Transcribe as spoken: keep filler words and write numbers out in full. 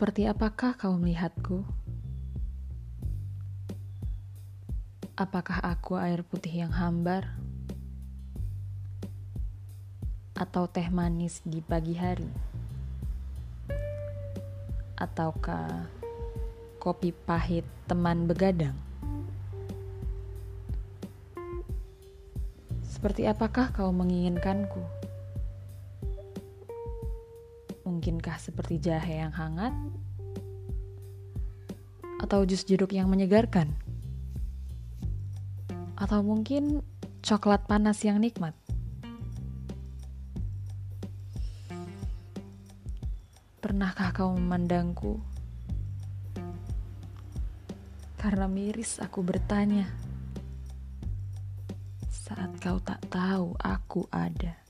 Seperti apakah kau melihatku? Apakah aku air putih yang hambar? Atau teh manis di pagi hari? Ataukah kopi pahit teman begadang? Seperti apakah kau menginginkanku? Mungkinkah seperti jahe yang hangat? Atau jus jeruk yang menyegarkan? Atau mungkin coklat panas yang nikmat? Pernahkah kau memandangku? Karena miris aku bertanya saat kau tak tahu aku ada.